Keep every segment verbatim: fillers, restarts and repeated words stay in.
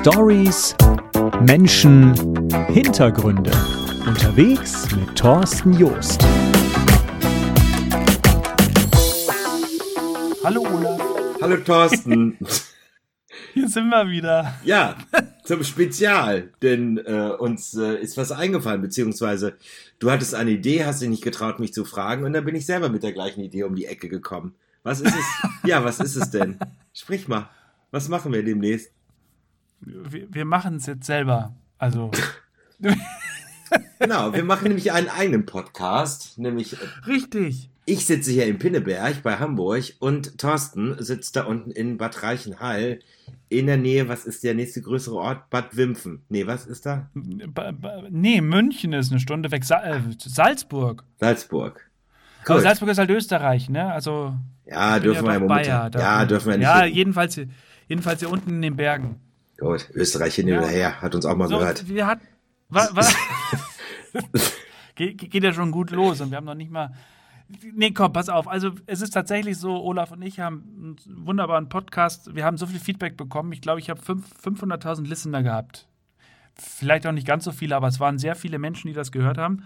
Stories, Menschen, Hintergründe. Unterwegs mit Thorsten Joost. Hallo Olaf. Hallo Thorsten. Hier sind wir wieder. Ja, zum Spezial, denn äh, uns äh, ist was eingefallen, beziehungsweise du hattest eine Idee, hast dich nicht getraut, mich zu fragen und dann bin ich selber mit der gleichen Idee um die Ecke gekommen. Was ist es? Ja, was ist es denn? Sprich mal, was machen wir demnächst? Wir, wir machen es jetzt selber, also... Genau, wir machen nämlich einen eigenen Podcast, nämlich... Richtig. Ich sitze hier in Pinneberg bei Hamburg und Thorsten sitzt da unten in Bad Reichenhall in der Nähe, was ist der nächste größere Ort? Bad Wimpfen. Nee, was ist da? Ba, ba, nee, München ist eine Stunde weg. Sa äh, Salzburg. Salzburg. Aber Salzburg ist halt Österreich, ne? Also ja, dürfen wir ja momentan. Bayer, ja, dürfen wir nicht. Ja, jedenfalls, jedenfalls hier unten in den Bergen. Gut, Österreich hin oder her, hat uns auch mal so, gehört. Wir hatten, wa, was? Ge geht ja schon gut los und wir haben noch nicht mal... Nee, komm, pass auf. Also es ist tatsächlich so, Olaf und ich haben einen wunderbaren Podcast. Wir haben so viel Feedback bekommen. Ich glaube, ich habe fünfhunderttausend Listener gehabt. Vielleicht auch nicht ganz so viele, aber es waren sehr viele Menschen, die das gehört haben.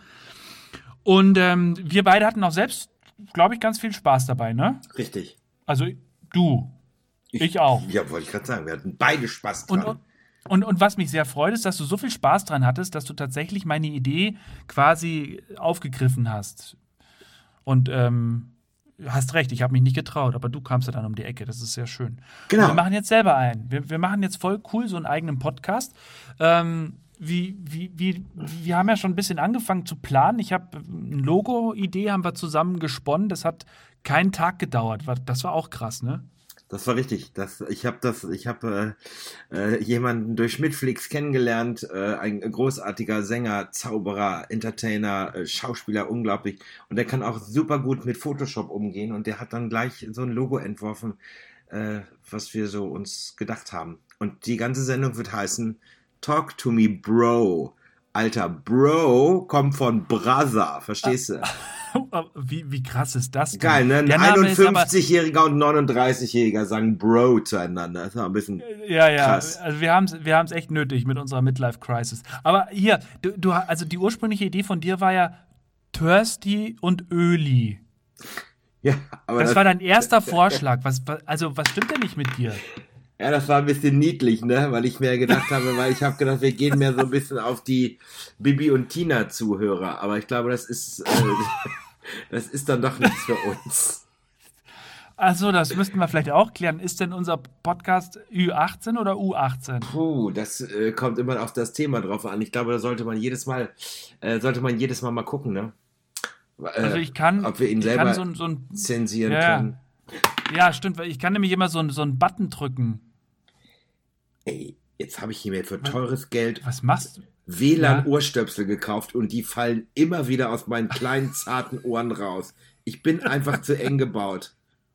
Und ähm, wir beide hatten auch selbst, glaube ich, ganz viel Spaß dabei, ne? Richtig. Also du, ich, ich auch. Ja, wollte ich gerade sagen. Wir hatten beide Spaß dran. Und, und, und, und was mich sehr freut, ist, dass du so viel Spaß dran hattest, dass du tatsächlich meine Idee quasi aufgegriffen hast. Und ähm, hast recht, ich habe mich nicht getraut, aber du kamst ja dann um die Ecke, das ist sehr schön. Genau. Und wir machen jetzt selber einen. Wir, wir machen jetzt voll cool so einen eigenen Podcast. Ähm, wie, wie, wie, wir haben ja schon ein bisschen angefangen zu planen. Ich habe eine Logo-Idee, haben wir zusammen gesponnen. Das hat keinen Tag gedauert. Das war auch krass, ne? Das war richtig. Das, ich habe das, ich habe äh, äh, jemanden durch Netflix kennengelernt, äh, ein großartiger Sänger, Zauberer, Entertainer, äh, Schauspieler, unglaublich. Und der kann auch super gut mit Photoshop umgehen und der hat dann gleich so ein Logo entworfen, äh, was wir so uns gedacht haben. Und die ganze Sendung wird heißen Talk to me, Bro. Alter, Bro kommt von Brother, verstehst du? Wie, wie krass ist das denn? Geil, ne? Ein einundfünfzigjähriger und neununddreißigjähriger sagen Bro zueinander. Das war ein bisschen ja, ja. krass. Also wir haben es wir haben's echt nötig mit unserer Midlife-Crisis. Aber hier, du, du, also die ursprüngliche Idee von dir war ja Thirsty und Öli. Ja, aber das, das war dein erster Vorschlag. Was, also, was stimmt denn nicht mit dir? Ja, das war ein bisschen niedlich, ne, weil ich mir gedacht habe, weil ich habe gedacht, wir gehen mehr so ein bisschen auf die Bibi und Tina Zuhörer, aber ich glaube, das ist äh, das ist dann doch nichts für uns. Achso, das müssten wir vielleicht auch klären. Ist denn unser Podcast Ü achtzehn oder U achtzehn? Puh, das äh, kommt immer auf das Thema drauf an. Ich glaube, da sollte man jedes Mal äh, sollte man jedes Mal mal gucken, ne? Äh, also ich kann, ob wir ihn ich selber kann so, so ein, zensieren ja, können. Ja, stimmt, weil ich kann nämlich immer so, so einen Button drücken. Ey, jetzt habe ich mir für teures Geld Was machst du? W L A N-Ohrstöpsel ja. gekauft und die fallen immer wieder aus meinen kleinen, zarten Ohren raus. Ich bin einfach zu eng gebaut.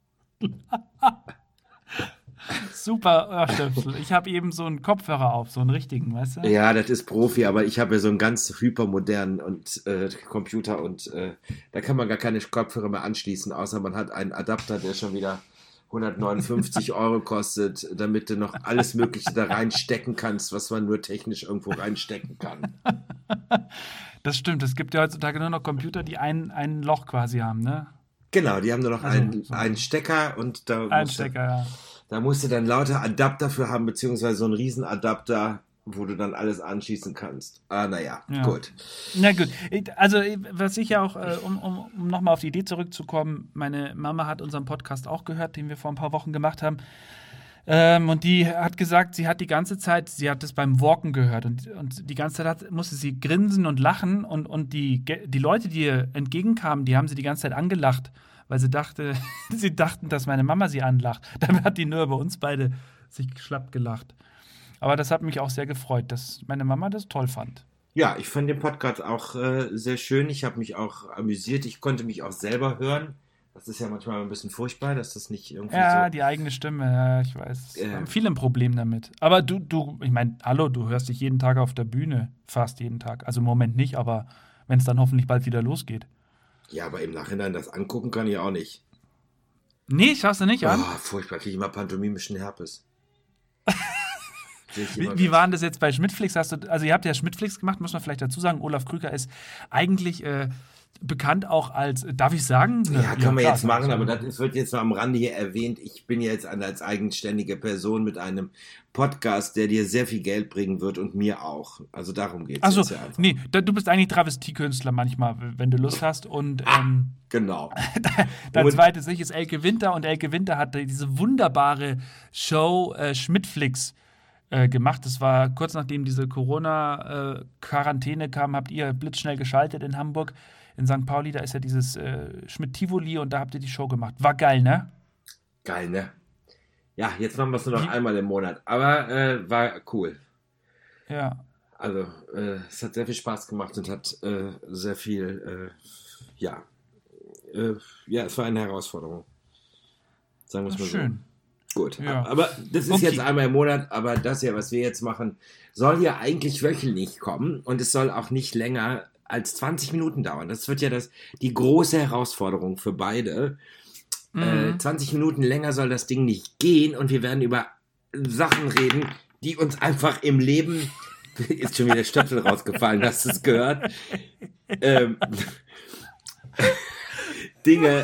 Super Ohrstöpsel. Ich habe eben so einen Kopfhörer auf, so einen richtigen, weißt du? Ja, das ist Profi, aber ich habe ja so einen ganz hypermodernen und, äh, Computer und äh, da kann man gar keine Kopfhörer mehr anschließen, außer man hat einen Adapter, der schon wieder hundertneunundfünfzig Euro kostet, damit du noch alles Mögliche da reinstecken kannst, was man nur technisch irgendwo reinstecken kann. Das stimmt, es gibt ja heutzutage nur noch Computer, die ein, ein Loch quasi haben, ne? Genau, die haben nur noch also, einen, so. einen Stecker und da ein musst, Stecker, du, ja. da musst du dann lauter Adapter für haben, beziehungsweise so einen Riesenadapter, wo du dann alles anschließen kannst. Ah, naja, ja. gut. Na gut, also was ich ja auch, äh, um, um, um nochmal auf die Idee zurückzukommen, meine Mama hat unseren Podcast auch gehört, den wir vor ein paar Wochen gemacht haben. Ähm, und die hat gesagt, sie hat die ganze Zeit, sie hat das beim Walken gehört und, und die ganze Zeit hat, musste sie grinsen und lachen und, und die, die Leute, die ihr entgegenkamen, die haben sie die ganze Zeit angelacht, weil sie dachte, sie dachten, dass meine Mama sie anlacht. Dabei hat die nur über uns beide sich schlapp gelacht. Aber das hat mich auch sehr gefreut, dass meine Mama das toll fand. Ja, ich fand den Podcast auch äh, sehr schön. Ich habe mich auch amüsiert. Ich konnte mich auch selber hören. Das ist ja manchmal ein bisschen furchtbar, dass das nicht irgendwie ja, so... Ja, die eigene Stimme, ja, ich weiß. Wir äh, haben viele ein Problem damit. Aber du, du, ich meine, hallo, du hörst dich jeden Tag auf der Bühne, fast jeden Tag. Also im Moment nicht, aber wenn es dann hoffentlich bald wieder losgeht. Ja, aber im Nachhinein das angucken kann ich auch nicht. Nee, schaust du nicht an? Oh, furchtbar, kriege ich mal pantomimischen Herpes. Wie, wie war denn das jetzt bei Schmidtflix? Hast du, also ihr habt ja Schmidtflix gemacht, muss man vielleicht dazu sagen. Olaf Krüger ist eigentlich äh, bekannt auch als, darf ich sagen? Ja, ja können wir klar, jetzt machen, so. aber das wird jetzt mal am Rande hier erwähnt. Ich bin jetzt als eigenständige Person mit einem Podcast, der dir sehr viel Geld bringen wird und mir auch. Also darum geht es also, jetzt ja einfach. Nee, da, du bist eigentlich Travestiekünstler manchmal, wenn du Lust hast. Und ähm, genau. dein zweites Ich ist Elke Winter und Elke Winter hat diese wunderbare Show äh, Schmidtflix äh, gemacht. Das war kurz nachdem diese Corona-Quarantäne äh, kam, habt ihr blitzschnell geschaltet in Hamburg. In Sankt Pauli, da ist ja dieses äh, Schmidt-Tivoli und da habt ihr die Show gemacht. War geil, ne? Geil, ne? Ja, jetzt machen wir es nur noch Wie? einmal im Monat. Aber äh, war cool. Ja. Also, äh, es hat sehr viel Spaß gemacht und hat äh, sehr viel, äh, ja, äh, ja, es war eine Herausforderung. Sagen wir es mal so. Schön. Gut, ja. aber das ist okay. Jetzt einmal im Monat, aber das hier, was wir jetzt machen, soll ja eigentlich wöchentlich kommen und es soll auch nicht länger als zwanzig Minuten dauern. Das wird ja das, die große Herausforderung für beide. Mhm. Äh, zwanzig Minuten länger soll das Ding nicht gehen und wir werden über Sachen reden, die uns einfach im Leben, ist schon wieder Stöpsel rausgefallen, hast du es gehört? Ähm, Dinge,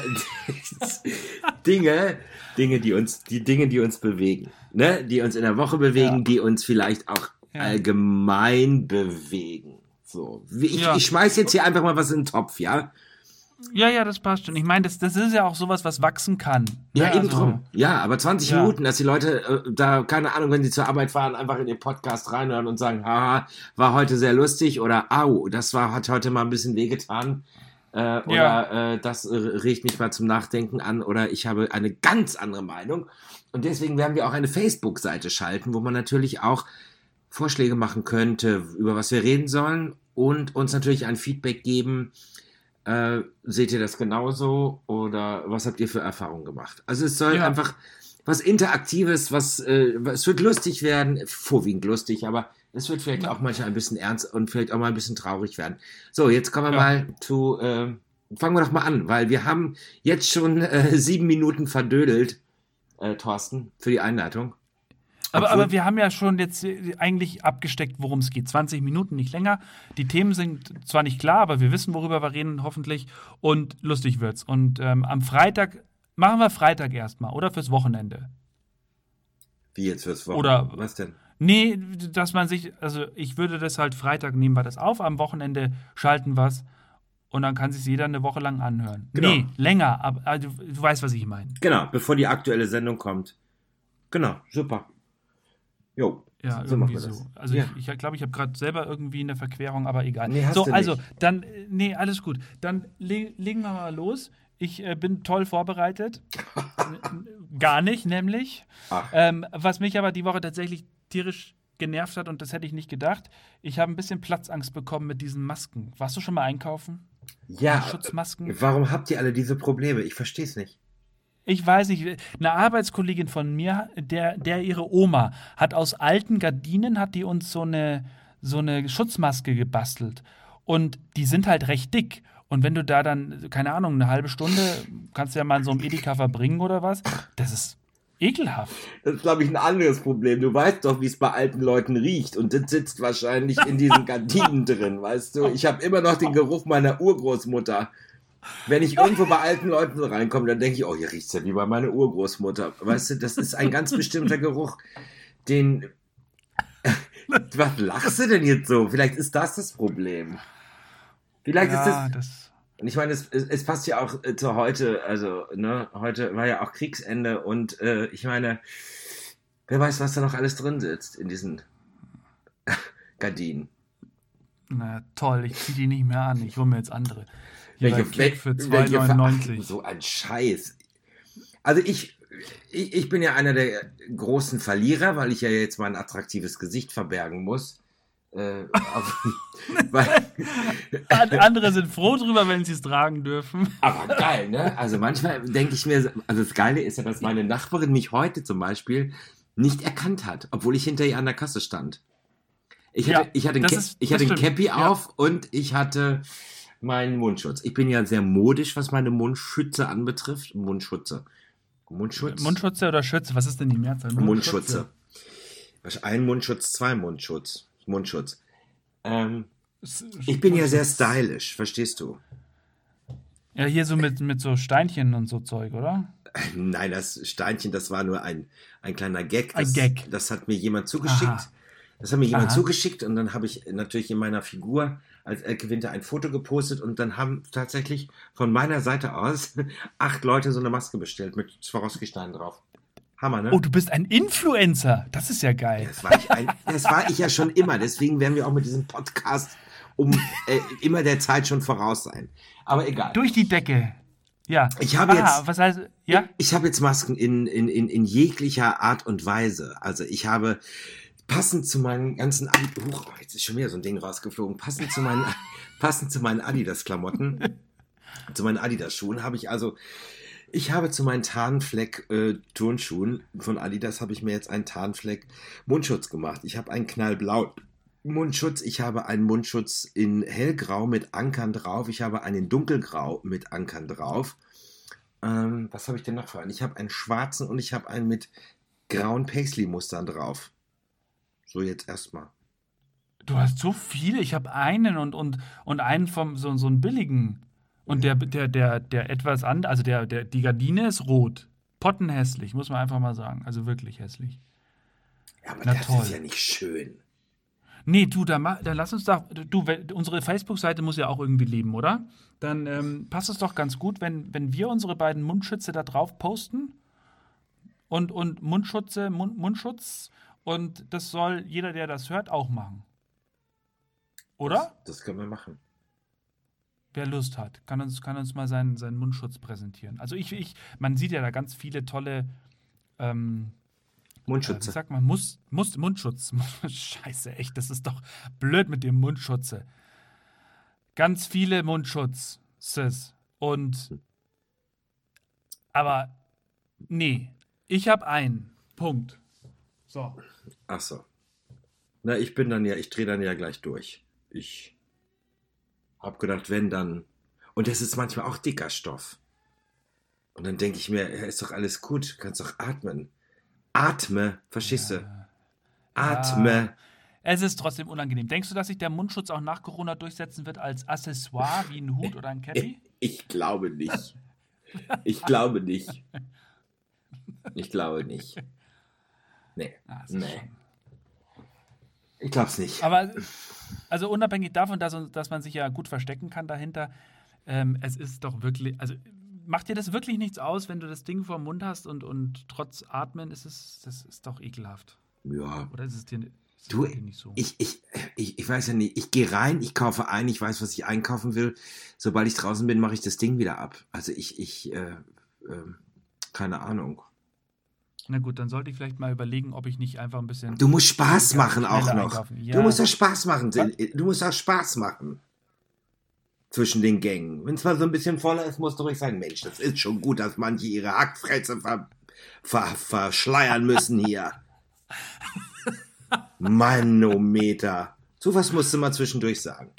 Dinge, Dinge, die uns, die Dinge, die uns bewegen, ne? Die uns in der Woche bewegen, ja. Die uns vielleicht auch ja. allgemein bewegen. So, ich, ja. ich schmeiß jetzt hier einfach mal was in den Topf, ja? Ja, ja, das passt schon. Ich meine, das, das ist ja auch sowas, was wachsen kann. Ja, ne? eben also, drum. Ja, aber zwanzig ja. Minuten, dass die Leute äh, da, keine Ahnung, wenn sie zur Arbeit fahren, einfach in den Podcast reinhören und sagen, haha, war heute sehr lustig oder au, das war, hat heute mal ein bisschen wehgetan. Äh, oder ja. äh, das äh, regt mich mal zum Nachdenken an oder ich habe eine ganz andere Meinung. Und deswegen werden wir auch eine Facebook-Seite schalten, wo man natürlich auch Vorschläge machen könnte, über was wir reden sollen und uns natürlich ein Feedback geben. Äh, seht ihr das genauso oder was habt ihr für Erfahrungen gemacht? Also es soll ja. einfach was Interaktives, was äh, es wird lustig werden, vorwiegend lustig, aber es wird vielleicht ja. auch manchmal ein bisschen ernst und vielleicht auch mal ein bisschen traurig werden. So, jetzt kommen wir ja. mal zu, äh, fangen wir doch mal an, weil wir haben jetzt schon äh, sieben Minuten verdödelt, äh, Thorsten, für die Einleitung. Aber, aber wir haben ja schon jetzt eigentlich abgesteckt, worum es geht. zwanzig Minuten, nicht länger. Die Themen sind zwar nicht klar, aber wir wissen, worüber wir reden, hoffentlich. Und lustig wird's. Und ähm, am Freitag, machen wir Freitag erstmal, oder fürs Wochenende? Wie jetzt fürs Wochenende? Oder, was denn? Nee, dass man sich, also ich würde das halt Freitag nehmen wir das auf, am Wochenende schalten wir es und dann kann sich jeder eine Woche lang anhören. Genau. Nee, länger, aber also, du weißt, was ich meine. Genau, bevor die aktuelle Sendung kommt. Genau, super. Jo, ja, so irgendwie so. Also ja. ich glaube, ich, glaub, ich habe gerade selber irgendwie eine Verquerung, aber egal. Nee, hast so, du also, nicht. dann, nee, alles gut. Dann le- legen wir mal los. Ich äh, bin toll vorbereitet. Gar nicht, nämlich. Ähm, was mich aber die Woche tatsächlich tierisch genervt hat, und das hätte ich nicht gedacht, ich habe ein bisschen Platzangst bekommen mit diesen Masken. Warst du schon mal einkaufen? Ja. Schutzmasken? Warum habt ihr alle diese Probleme? Ich verstehe es nicht. Ich weiß nicht, eine Arbeitskollegin von mir, der, der ihre Oma hat aus alten Gardinen, hat die uns so eine, so eine Schutzmaske gebastelt. Und die sind halt recht dick. Und wenn du da dann, keine Ahnung, eine halbe Stunde, kannst du ja mal in so einem Edeka verbringen oder was, das ist ekelhaft. Das ist, glaube ich, ein anderes Problem. Du weißt doch, wie es bei alten Leuten riecht. Und das sitzt wahrscheinlich in diesen Gardinen drin, weißt du? Ich habe immer noch den Geruch meiner Urgroßmutter. Wenn ich irgendwo bei alten Leuten reinkomme, dann denke ich, oh, hier riecht es ja wie bei meiner Urgroßmutter. Weißt du, das ist ein ganz bestimmter Geruch, den... Was lachst du denn jetzt so? Vielleicht ist das das Problem. Vielleicht ja, ist das... das Und ich meine, es, es, es passt ja auch zu heute, also, ne, heute war ja auch Kriegsende und äh, ich meine, wer weiß, was da noch alles drin sitzt in diesen Gardinen. Na toll, ich ziehe die nicht mehr an, ich hole mir jetzt andere. Welche, für zwei neunundneunzig. So ein Scheiß. Also ich, ich, ich bin ja einer der großen Verlierer, weil ich ja jetzt mein attraktives Gesicht verbergen muss. Äh, auf, weil, andere sind froh drüber, wenn sie es tragen dürfen. Aber geil, ne? Also manchmal denke ich mir, also das Geile ist ja, dass meine Nachbarin mich heute zum Beispiel nicht erkannt hat, obwohl ich hinter ihr an der Kasse stand. Ich hatte, ja, ich hatte, ein, Ca- ist, ich hatte ein Cappy ja. auf und ich hatte meinen Mundschutz. Ich bin ja sehr modisch, was meine Mundschütze anbetrifft. Mundschutze. Mundschutz? Mundschutze oder Schütze? Was ist denn die Mehrzahl? Mundschutze. Ein Mundschutz, zwei Mundschutz. Mundschutz. Ähm, ich bin ja sehr stylisch, verstehst du? Ja, hier so mit, mit so Steinchen und so Zeug, oder? Nein, das Steinchen, das war nur ein, ein kleiner Gag. Das, ein Gag. Das hat mir jemand zugeschickt. Aha. Das hat mir jemand Aha. zugeschickt und dann habe ich natürlich in meiner Figur als Elke Winter ein Foto gepostet und dann haben tatsächlich von meiner Seite aus acht Leute so eine Maske bestellt mit Swarovski-Steinen drauf. Hammer, ne? Oh, du bist ein Influencer. Das ist ja geil. Das war ich, ein, das war ich ja schon immer. Deswegen werden wir auch mit diesem Podcast um äh, immer der Zeit schon voraus sein. Aber egal. Durch die Decke. Ja. Ich habe Aha, jetzt, was heißt, ja? Ich, ich habe jetzt Masken in, in, in, in jeglicher Art und Weise. Also ich habe passend zu meinen ganzen Adi- Huch, oh, jetzt ist schon wieder so ein Ding rausgeflogen. Passend zu meinen, passend zu meinen Adidas-Klamotten, zu meinen Adidas-Schuhen habe ich also Ich habe zu meinen Tarnfleck-Turnschuhen äh, von Adidas habe ich mir jetzt einen Tarnfleck-Mundschutz gemacht. Ich habe einen knallblauen Mundschutz. Ich habe einen Mundschutz in hellgrau mit Ankern drauf. Ich habe einen dunkelgrau mit Ankern drauf. Ähm, was habe ich denn noch für einen? Ich habe einen schwarzen und ich habe einen mit grauen Paisley-Mustern drauf. So jetzt erstmal. Du hast so viele. Ich habe einen und, und, und einen vom so, so einen billigen. Und der, der, der, der etwas andere, also der, der, die Gardine ist rot. Pottenhässlich, muss man einfach mal sagen. Also wirklich hässlich. Ja, aber Na das toll. ist ja nicht schön. Nee, du, dann, dann lass uns doch, du, unsere Facebook-Seite muss ja auch irgendwie leben, oder? Dann ähm, passt es doch ganz gut, wenn, wenn wir unsere beiden Mundschütze da drauf posten und, und Mundschutze, Mund, Mundschutz und das soll jeder, der das hört, auch machen. Oder? Das, das können wir machen. Wer Lust hat, kann uns, kann uns mal seinen, seinen Mundschutz präsentieren. Also ich, ich, man sieht ja da ganz viele tolle ähm, Mundschutze. Äh, wie sagt man? Muss, muss, Mundschutz. Scheiße, echt, das ist doch blöd mit dem Mundschutze. Ganz viele Mundschutzes. Und aber nee, ich habe einen. Punkt. So. Ach so. Na, ich bin dann ja, ich drehe dann ja gleich durch. Ich hab gedacht, wenn dann. Und das ist manchmal auch dicker Stoff. Und dann denke ich mir, ja, ist doch alles gut, du kannst doch atmen. Atme, verstehst Ja. du? Atme. Ja. Es ist trotzdem unangenehm. Denkst du, dass sich der Mundschutz auch nach Corona durchsetzen wird als Accessoire wie ein Hut oder ein Cappy? Ich glaube nicht. Ich glaube nicht. Ich glaube nicht. Nee. Ah, das ist Nee. schon- Ich glaube es nicht. Aber also unabhängig davon, dass, dass man sich ja gut verstecken kann dahinter, ähm, es ist doch wirklich, also macht dir das wirklich nichts aus, wenn du das Ding vor dem Mund hast und, und trotz Atmen ist es, das ist doch ekelhaft. Ja. Oder ist es dir, ist es Du, dir nicht so? ich, ich, ich, ich weiß ja nicht, ich gehe rein, ich kaufe ein, ich weiß, was ich einkaufen will. Sobald ich draußen bin, mache ich das Ding wieder ab. Also ich, ich, äh, äh, keine Ahnung. Na gut, dann sollte ich vielleicht mal überlegen, ob ich nicht einfach ein bisschen... Du musst Spaß Ja, machen auch schneller noch. einkaufen. Ja. Du musst ja Spaß machen. Was? Du musst auch Spaß machen. Zwischen den Gängen. Wenn es mal so ein bisschen voller ist, musst du ruhig sagen, Mensch, das ist schon gut, dass manche ihre Hackfresse ver, ver, verschleiern müssen hier. Manometer. So was musst du mal zwischendurch sagen.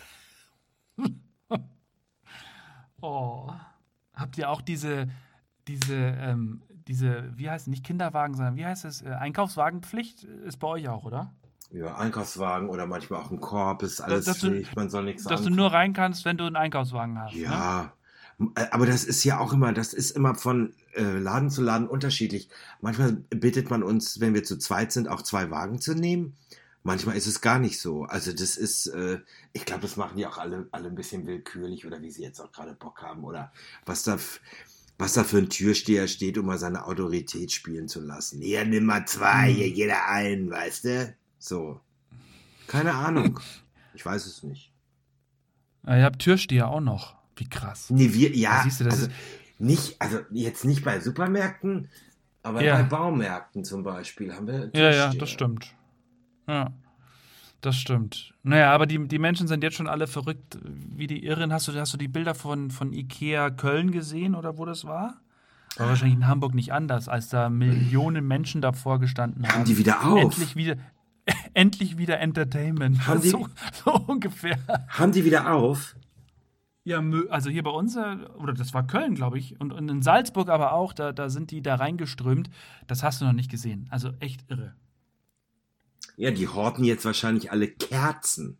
Oh. Habt ihr auch diese, diese, ähm, diese, wie heißt es, nicht Kinderwagen, sondern wie heißt es, äh, Einkaufswagenpflicht ist bei euch auch, oder? Ja, Einkaufswagen oder manchmal auch ein Korb, ist alles dass du- Pflicht, man soll nichts Dass du anfassen. nur rein kannst, wenn du einen Einkaufswagen hast. Ne? Ja, aber das ist ja auch immer, das ist immer von äh, Laden zu Laden unterschiedlich. Manchmal bittet man uns, wenn wir zu zweit sind, auch zwei Wagen zu nehmen. Manchmal ist es gar nicht so. Also das ist, äh, ich glaube, das machen die auch alle, alle ein bisschen willkürlich oder wie sie jetzt auch gerade Bock haben oder was da, f- was da für ein Türsteher steht, um mal seine Autorität spielen zu lassen. Hier, nimm mal zwei, Hm. hier jeder einen, weißt du? So. Keine Ahnung. Ich weiß es nicht. Ja, ihr habt Türsteher auch noch. Wie krass. Nee, wir, ja, Ja, siehst du, das also ist- nicht, also jetzt nicht bei Supermärkten, aber Ja. bei Baumärkten zum Beispiel haben wir Ja, ja, Türsteher. das stimmt. Ja, das stimmt. Naja, aber die, die Menschen sind jetzt schon alle verrückt wie die Irren. Hast du, hast du die Bilder von, von Ikea Köln gesehen oder wo das war? War wahrscheinlich in Hamburg nicht anders, als da Millionen Menschen davor gestanden haben. Haben die wieder auf? Endlich wieder, endlich wieder Entertainment. Haben die- so, so ungefähr. Haben die wieder auf? Ja, mö- also hier bei uns, äh, oder das war Köln, glaube ich, und, und in Salzburg aber auch, da, da sind die da reingeströmt. Das hast du noch nicht gesehen. Also echt irre. Ja, die horten jetzt wahrscheinlich alle Kerzen.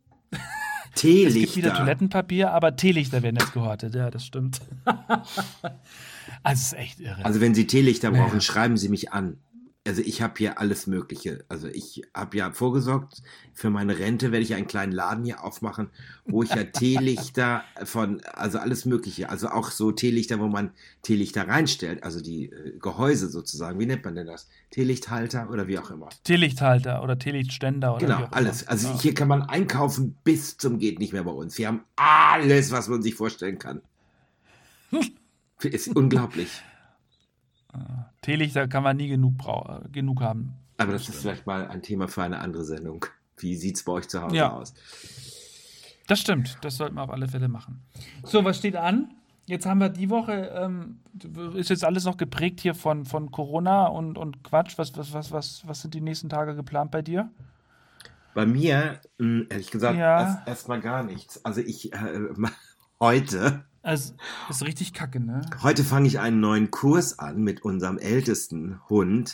Es gibt wieder Teelichter. Toilettenpapier, aber Teelichter werden jetzt gehortet. Ja, das stimmt. Also, es ist echt irre. Also wenn Sie Teelichter brauchen, Ja. schreiben Sie mich an. Also ich habe hier alles Mögliche. Also ich habe ja vorgesorgt, für meine Rente werde ich einen kleinen Laden hier aufmachen, wo ich ja Teelichter von, also alles Mögliche, also auch so Teelichter, wo man Teelichter reinstellt, also die äh, Gehäuse sozusagen, wie nennt man denn das? Teelichthalter oder wie auch immer. Teelichthalter oder Teelichtständer oder wie Genau, auch alles. immer. Also Ja. hier kann man einkaufen bis zum geht nicht mehr bei uns. Wir haben alles, was man sich vorstellen kann. Ist unglaublich. Teelichter kann man nie genug, brau- äh, genug haben. Aber das ist vielleicht mal ein Thema für eine andere Sendung. Wie sieht es bei euch zu Hause Ja. aus? Das stimmt, das sollten wir auf alle Fälle machen. So, was steht an? Jetzt haben wir die Woche, ähm, ist jetzt alles noch geprägt hier von, von Corona und, und Quatsch. Was, was, was, was, was sind die nächsten Tage geplant bei dir? Bei mir, mh, ehrlich gesagt, Ja. erst, erstmal gar nichts. Also ich, äh, heute, Also, ist richtig kacke, ne? heute fange ich einen neuen Kurs an mit unserem ältesten Hund.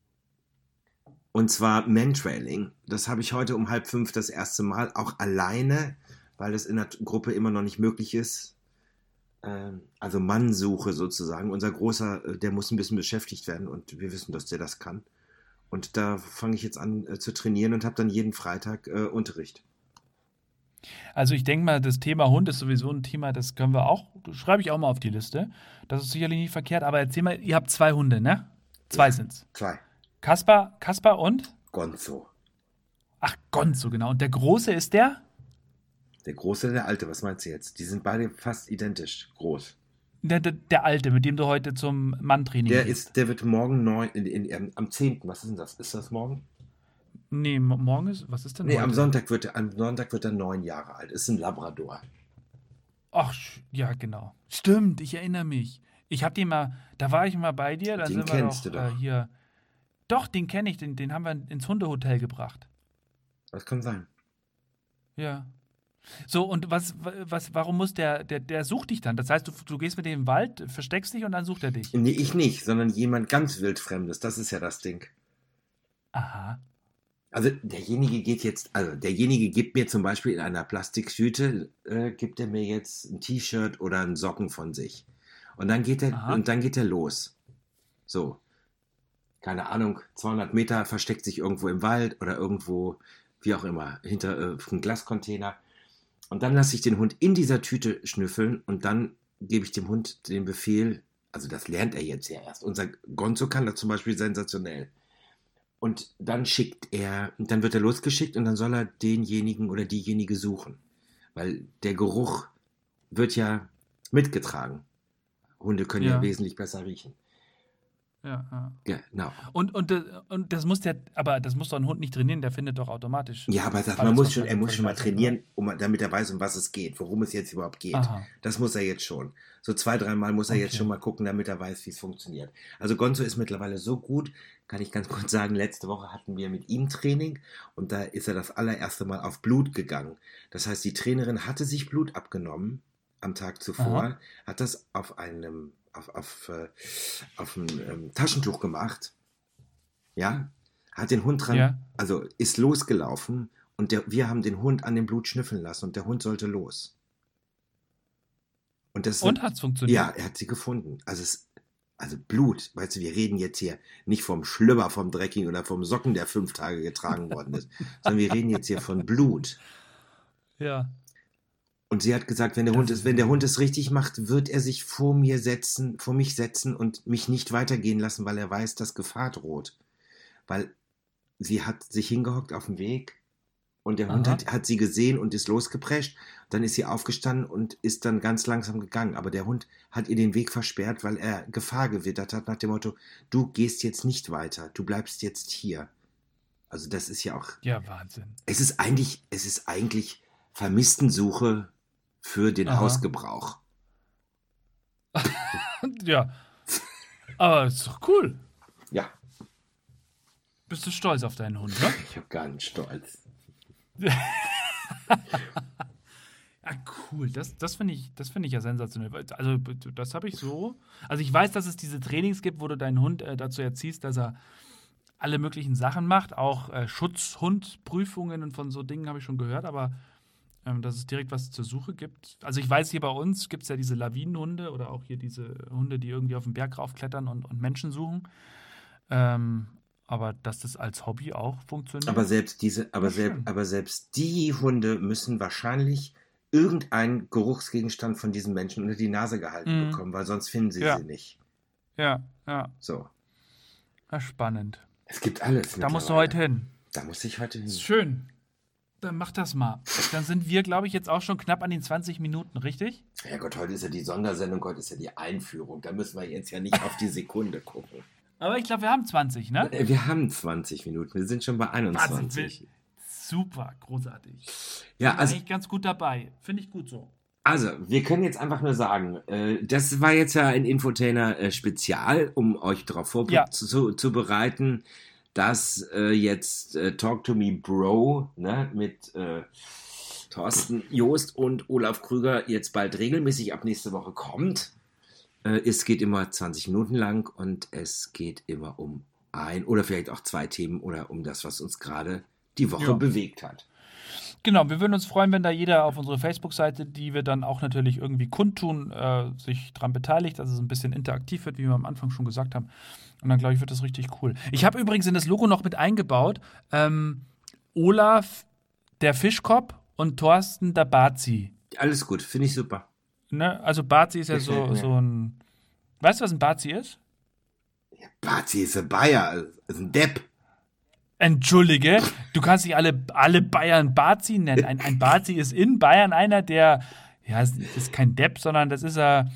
Und zwar Mantrailing. Das habe ich heute um halb fünf das erste Mal, auch alleine, weil das in der Gruppe immer noch nicht möglich ist. Ähm, Also Mannsuche sozusagen. Unser Großer, äh, der muss ein bisschen beschäftigt werden und wir wissen, dass der das kann. Und da fange ich jetzt an äh, zu trainieren und habe dann jeden Freitag äh, Unterricht. Also ich denke mal, das Thema Hund ist sowieso ein Thema, das können wir auch, das schreibe ich auch mal auf die Liste. Das ist sicherlich nicht verkehrt, aber erzähl mal, ihr habt zwei Hunde, ne? Zwei sind's. Zwei. Kaspar, Kaspar und? Gonzo. Ach, Gonzo, genau. Und der Große ist der? Der Große, der Alte, was meinst du jetzt? Die sind beide fast identisch groß. Der, der, der Alte, mit dem du heute zum Manntraining Der gehst. ist, der wird morgen neun, in, in, in, am zehnten, was ist denn das? Ist das morgen? Nee, mo- morgen ist, was ist denn Nee, heute? am Sonntag wird er, am Sonntag wird er neun Jahre alt. Ist ein Labrador. Ach, sch- ja, genau. Stimmt, ich erinnere mich. Ich hab den mal, da war ich mal bei dir, dann Den sind wir kennst doch, du doch. Äh, hier. Doch, den kenne ich, den, den haben wir ins Hundehotel gebracht. Das kann sein. Ja. So, und was, was, warum muss der, der, der sucht dich dann? Das heißt, du, du gehst mit dem im Wald, versteckst dich und dann sucht er dich. Nee, ich nicht, sondern jemand ganz wildfremdes. Das ist ja das Ding. Aha. Also derjenige geht jetzt, also derjenige gibt mir zum Beispiel in einer Plastiktüte, äh, gibt er mir jetzt ein T-Shirt oder einen Socken von sich. Und dann geht er, Aha. und dann geht er los. So. Keine Ahnung, zweihundert Meter, versteckt sich irgendwo im Wald oder irgendwo, wie auch immer, hinter äh, einem Glascontainer. Und dann lasse ich den Hund in dieser Tüte schnüffeln und dann gebe ich dem Hund den Befehl, also das lernt er jetzt ja erst. Unser Gonzo kann das zum Beispiel sensationell. Und dann schickt er, dann wird er losgeschickt und dann soll er denjenigen oder diejenige suchen. Weil der Geruch wird ja mitgetragen. Hunde können ja, Ja. wesentlich besser riechen. Ja, ja. Genau. Und, und, äh, und das muss der, aber das muss doch ein Hund nicht trainieren, der findet doch automatisch. Ja, aber das, alles, man muss was schon, man er muss schon mal weiß, trainieren, um, damit er weiß, um was es geht, worum es jetzt überhaupt geht. Aha. Das muss er jetzt schon. So zwei, dreimal muss er Okay. jetzt schon mal gucken, damit er weiß, wie es funktioniert. Also Gonzo ist mittlerweile so gut, kann ich ganz kurz sagen, letzte Woche hatten wir mit ihm Training und da ist er das allererste Mal auf Blut gegangen. Das heißt, die Trainerin hatte sich Blut abgenommen am Tag zuvor, Aha. hat das auf einem auf, auf, äh, auf ein ähm, Taschentuch gemacht, ja, hat den Hund dran, Ja. also ist losgelaufen und der, wir haben den Hund an dem Blut schnüffeln lassen und der Hund sollte los. Und, das Und hat's funktioniert? Ja, er hat sie gefunden. Also es, also Blut, weißt du, wir reden jetzt hier nicht vom Schlüpper, vom Drecking oder vom Socken, der fünf Tage getragen worden ist, sondern wir reden jetzt hier von Blut. Ja. Und sie hat gesagt, wenn der Das Hund ist es, wenn der ja- Hund es richtig macht, wird er sich vor mir setzen, vor mich setzen und mich nicht weitergehen lassen, weil er weiß, dass Gefahr droht. Weil sie hat sich hingehockt auf dem Weg und der Hund Aha. hat, hat sie gesehen und ist losgeprescht. Dann ist sie aufgestanden und ist dann ganz langsam gegangen. Aber der Hund hat ihr den Weg versperrt, weil er Gefahr gewittert hat nach dem Motto, du gehst jetzt nicht weiter, du bleibst jetzt hier. Also das ist ja auch, Ja, Wahnsinn. es ist eigentlich, es ist eigentlich Vermisstensuche für den Aha. Hausgebrauch. Ja. Aber ist doch cool. Ja, Bist du stolz auf deinen Hund, ne? ich habe gar nicht Stolz. Ja, cool. Das, das finde ich, das finde ich ja sensationell. Also, das habe ich so. Also, ich weiß, dass es diese Trainings gibt, wo du deinen Hund äh, dazu erziehst, dass er alle möglichen Sachen macht, auch äh, Schutzhundprüfungen und von so Dingen habe ich schon gehört, aber ähm, dass es direkt was zur Suche gibt. Also ich weiß, hier bei uns gibt es ja diese Lawinenhunde oder auch hier diese Hunde, die irgendwie auf den Berg raufklettern und, und Menschen suchen. Ähm, aber dass das als Hobby auch funktioniert. Aber selbst diese, aber, selb, aber selbst die Hunde müssen wahrscheinlich irgendeinen Geruchsgegenstand von diesen Menschen unter die Nase gehalten Mhm. bekommen, weil sonst finden sie Ja. sie nicht. Ja, ja. So. Ja, spannend. Es gibt alles. Da musst du mittlerweile. heute hin. Da muss ich heute hin. Ist schön. Dann mach das mal. Dann sind wir, glaube ich, jetzt auch schon knapp an den zwanzig Minuten, richtig? Ja Gott, heute ist ja die Sondersendung, heute ist ja die Einführung. Da müssen wir jetzt ja nicht auf die Sekunde gucken. Aber ich glaube, wir haben zwanzig, ne? Äh, Wir haben zwanzig Minuten, wir sind schon bei einundzwanzig. Super, großartig. Ja, Bin also, eigentlich ganz gut dabei. Finde ich gut so. also, wir können jetzt einfach nur sagen, äh, das war jetzt ja ein Infotainer-Spezial, um euch darauf Ja. vorzubereiten, dass äh, jetzt äh, Talk to Me Bro ne, mit äh, Thorsten Joost und Olaf Krüger jetzt bald regelmäßig ab nächste Woche kommt. Äh, es geht immer zwanzig Minuten lang und es geht immer um ein oder vielleicht auch zwei Themen oder um das, was uns gerade die Woche Ja. bewegt hat. Genau, wir würden uns freuen, wenn da jeder auf unsere Facebook-Seite, die wir dann auch natürlich irgendwie kundtun, äh, sich dran beteiligt, dass es ein bisschen interaktiv wird, wie wir am Anfang schon gesagt haben. Und dann, glaube ich, wird das richtig cool. Ich habe übrigens in das Logo noch mit eingebaut, ähm, Olaf, der Fischkopf und Thorsten, der Bazi. Alles gut, finde ich super. Ne? Also Bazi ist ja so, Gefällt mir. so ein... Weißt du, was ein Bazi ist? Bazi ist ein Bayer, ist ein Depp. Entschuldige, du kannst nicht alle, alle Bayern Bazi nennen. Ein, ein Bazi ist in Bayern einer, der, ja, es ist kein Depp, sondern das ist er,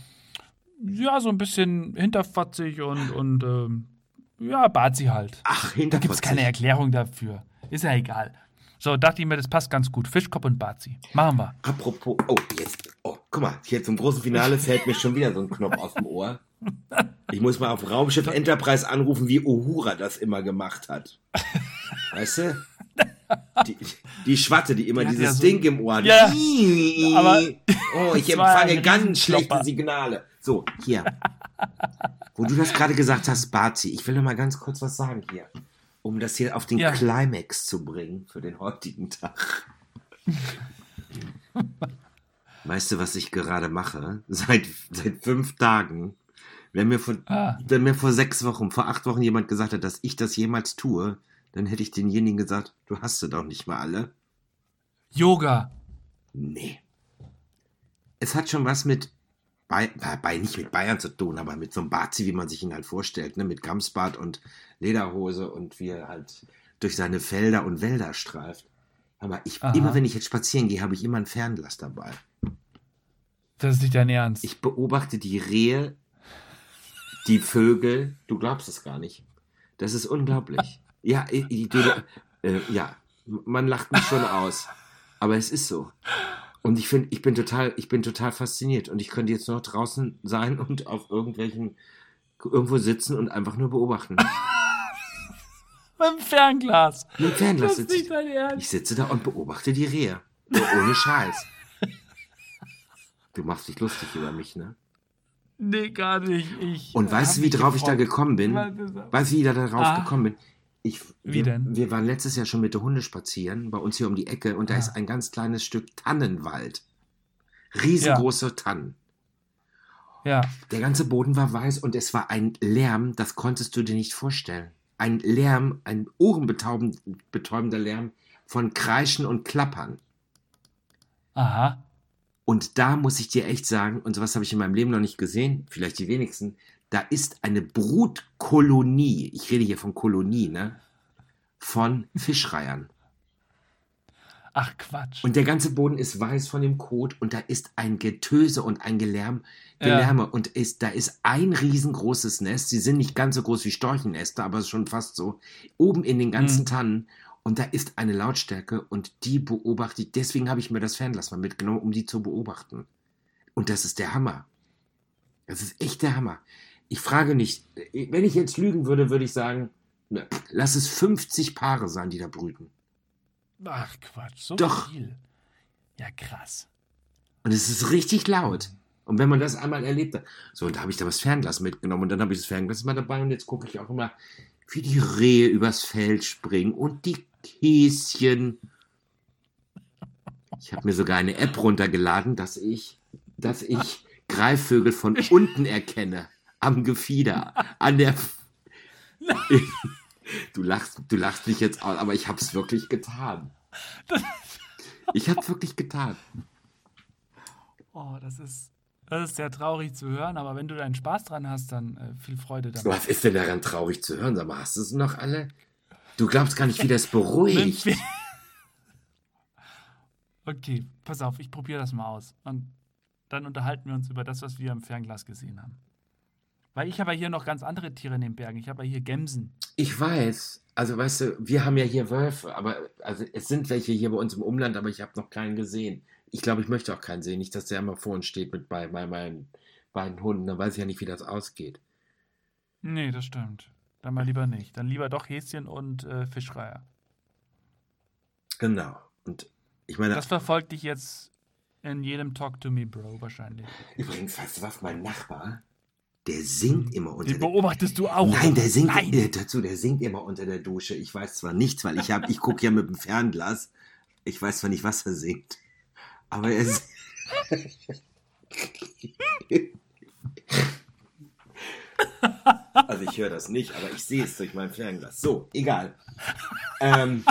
ja, so ein bisschen hinterfotzig und, und ähm, ja, Bazi halt. Ach, Da gibt es hinterfotzig. keine Erklärung dafür. Ist ja egal. So, dachte ich mir, das passt ganz gut. Fischkopf und Bazi. Machen wir. Apropos, oh, jetzt, oh, guck mal, hier zum großen Finale fällt mir schon wieder so ein Knopf aus dem Ohr. Ich muss mal auf Raumschiff Enterprise anrufen, wie Uhura das immer gemacht hat. Weißt du? Die, die Schwatte, die immer Die hat dieses ja so- Ding im Ohr hat. Ja, aber oh, ich es war empfange ein ganz Riesenklopper. schlechte Signale. So, hier. Wo du das gerade gesagt hast, Bazi, ich will noch mal ganz kurz was sagen hier. Um das hier auf den Ja. Climax zu bringen für den heutigen Tag. Weißt du, was ich gerade mache? Seit, seit fünf Tagen. Wenn mir, vor, Ah. wenn mir vor sechs Wochen, vor acht Wochen jemand gesagt hat, dass ich das jemals tue, dann hätte ich denjenigen gesagt, du hast sie doch nicht mal alle. Yoga. Nee. Es hat schon was mit, bei, bei, nicht mit Bayern zu tun, aber mit so einem Bazi, wie man sich ihn halt vorstellt, ne? Mit Gamsbart und Lederhose und wie er halt durch seine Felder und Wälder streift. Aber ich, Aha. immer wenn ich jetzt spazieren gehe, habe ich immer ein Fernglas dabei. Das ist nicht dein Ernst. Ich beobachte die Rehe, die Vögel, du glaubst es gar nicht. Das ist unglaublich. Ja, ich, ich, du, äh, ja, man lacht mich schon aus. Aber es ist so. Und ich finde, ich bin total, ich bin total fasziniert. Und ich könnte jetzt noch draußen sein und auf irgendwelchen, irgendwo sitzen und einfach nur beobachten. Mit dem Fernglas. Mit dem Fernglas Das ist sitze nicht ich. dein Ernst. Ich sitze da und beobachte die Rehe. So, ohne Scheiß. Du machst dich lustig über mich, ne? Nee, gar nicht. Ich, Und äh, weißt hab du, wie mich drauf ich da gefreut. gekommen bin? Weil- Weißt du, wie ich da drauf Ah. gekommen bin? Ich, Wie wir, denn? Wir waren letztes Jahr schon mit der Hunde spazieren, bei uns hier um die Ecke, und da Ah. ist ein ganz kleines Stück Tannenwald. Riesengroße Tannen. Ja. Der ganze Boden war weiß und es war ein Lärm, das konntest du dir nicht vorstellen. Ein Lärm, ein ohrenbetäubender Lärm von Kreischen und Klappern. Aha. Und da muss ich dir echt sagen, und sowas habe ich in meinem Leben noch nicht gesehen, vielleicht die wenigsten, da ist eine Brutkolonie, ich rede hier von Kolonie, ne? Von Fischreihern. Ach, Quatsch. Und der ganze Boden ist weiß von dem Kot und da ist ein Getöse und ein Gelärm, Gelärme. Und ist, da ist ein riesengroßes Nest, sie sind nicht ganz so groß wie Storchennester, aber schon fast so, oben in den ganzen Mhm. Tannen. Und da ist eine Lautstärke und die beobachte ich, deswegen habe ich mir das Fernglas mal mitgenommen, um die zu beobachten. Und das ist der Hammer. Das ist echt der Hammer. Ich frage nicht, wenn ich jetzt lügen würde, würde ich sagen, ne, lass es fünfzig Paare sein, die da brüten. Ach, Quatsch. So Doch. viel. Ja, krass. Und es ist richtig laut. Und wenn man das einmal erlebt hat, so, und da habe ich da das Fernglas mitgenommen und dann habe ich das Fernglas immer dabei und jetzt gucke ich auch immer, wie die Rehe übers Feld springen und die Häschen. Ich habe mir sogar eine App runtergeladen, dass ich, dass ich Greifvögel von unten erkenne. Am Gefieder. An der... Du lachst, du lachst mich jetzt aus, aber ich habe es wirklich getan. Ich habe es wirklich getan. Oh, das ist, das ist sehr traurig zu hören, aber wenn du deinen Spaß dran hast, dann äh, viel Freude damit. Was ist denn daran traurig zu hören? Sag mal, hast du es noch alle? Du glaubst gar nicht, wie das beruhigt. Okay, pass auf, ich probiere das mal aus. Und dann unterhalten wir uns über das, was wir im Fernglas gesehen haben. Weil ich habe ja hier noch ganz andere Tiere in den Bergen. Ich habe ja hier Gämsen. Ich weiß. Also, weißt du, wir haben ja hier Wölfe, aber also es sind welche hier bei uns im Umland, aber ich habe noch keinen gesehen. Ich glaube, ich möchte auch keinen sehen. Nicht, dass der immer vor uns steht mit bei, bei meinen beiden Hunden. Dann weiß ich ja nicht, wie das ausgeht. Nee, das stimmt. Dann mal lieber nicht. Dann lieber doch Häschen und äh, Fischreiher. Genau. Und ich meine... Das verfolgt dich jetzt in jedem Talk to me, Bro, wahrscheinlich. Übrigens, weißt du was, mein Nachbar, der singt immer unter Den beobachtest du auch. Nein, der singt Nein. Äh, dazu, der singt immer unter der Dusche. Ich weiß zwar nichts, weil ich habe, ich gucke ja mit dem Fernglas. Ich weiß zwar nicht, was er singt. Aber er singt. Also ich höre das nicht, aber ich sehe es durch mein Fernglas. So, egal. Ähm.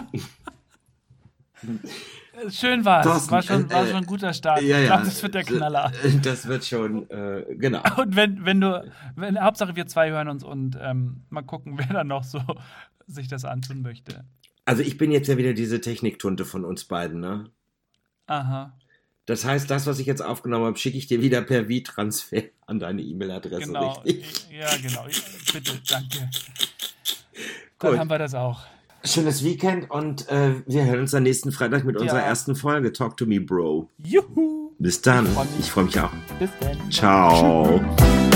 Schön war es. Thorsten, War schon, äh, war schon ein guter Start. Ja, ich ja, glaube, das wird der Knaller. Das wird schon, äh, genau. Und wenn, wenn du, wenn, Hauptsache wir zwei hören uns und ähm, mal gucken, wer dann noch so sich das antun möchte. Also ich bin jetzt ja wieder diese Techniktunte von uns beiden, ne? Aha. Das heißt, das, was ich jetzt aufgenommen habe, schicke ich dir wieder per V-Transfer an deine E-Mail-Adresse, Genau. richtig? Ja, genau. Bitte, danke. Dann Gut. haben wir das auch. Schönes Weekend und äh, wir hören uns am nächsten Freitag mit unserer Ja. ersten Folge Talk to me, Bro. Juhu. Bis dann. Ich freu mich. Ich freue mich auch. Bis dann. Ciao. Tschüss.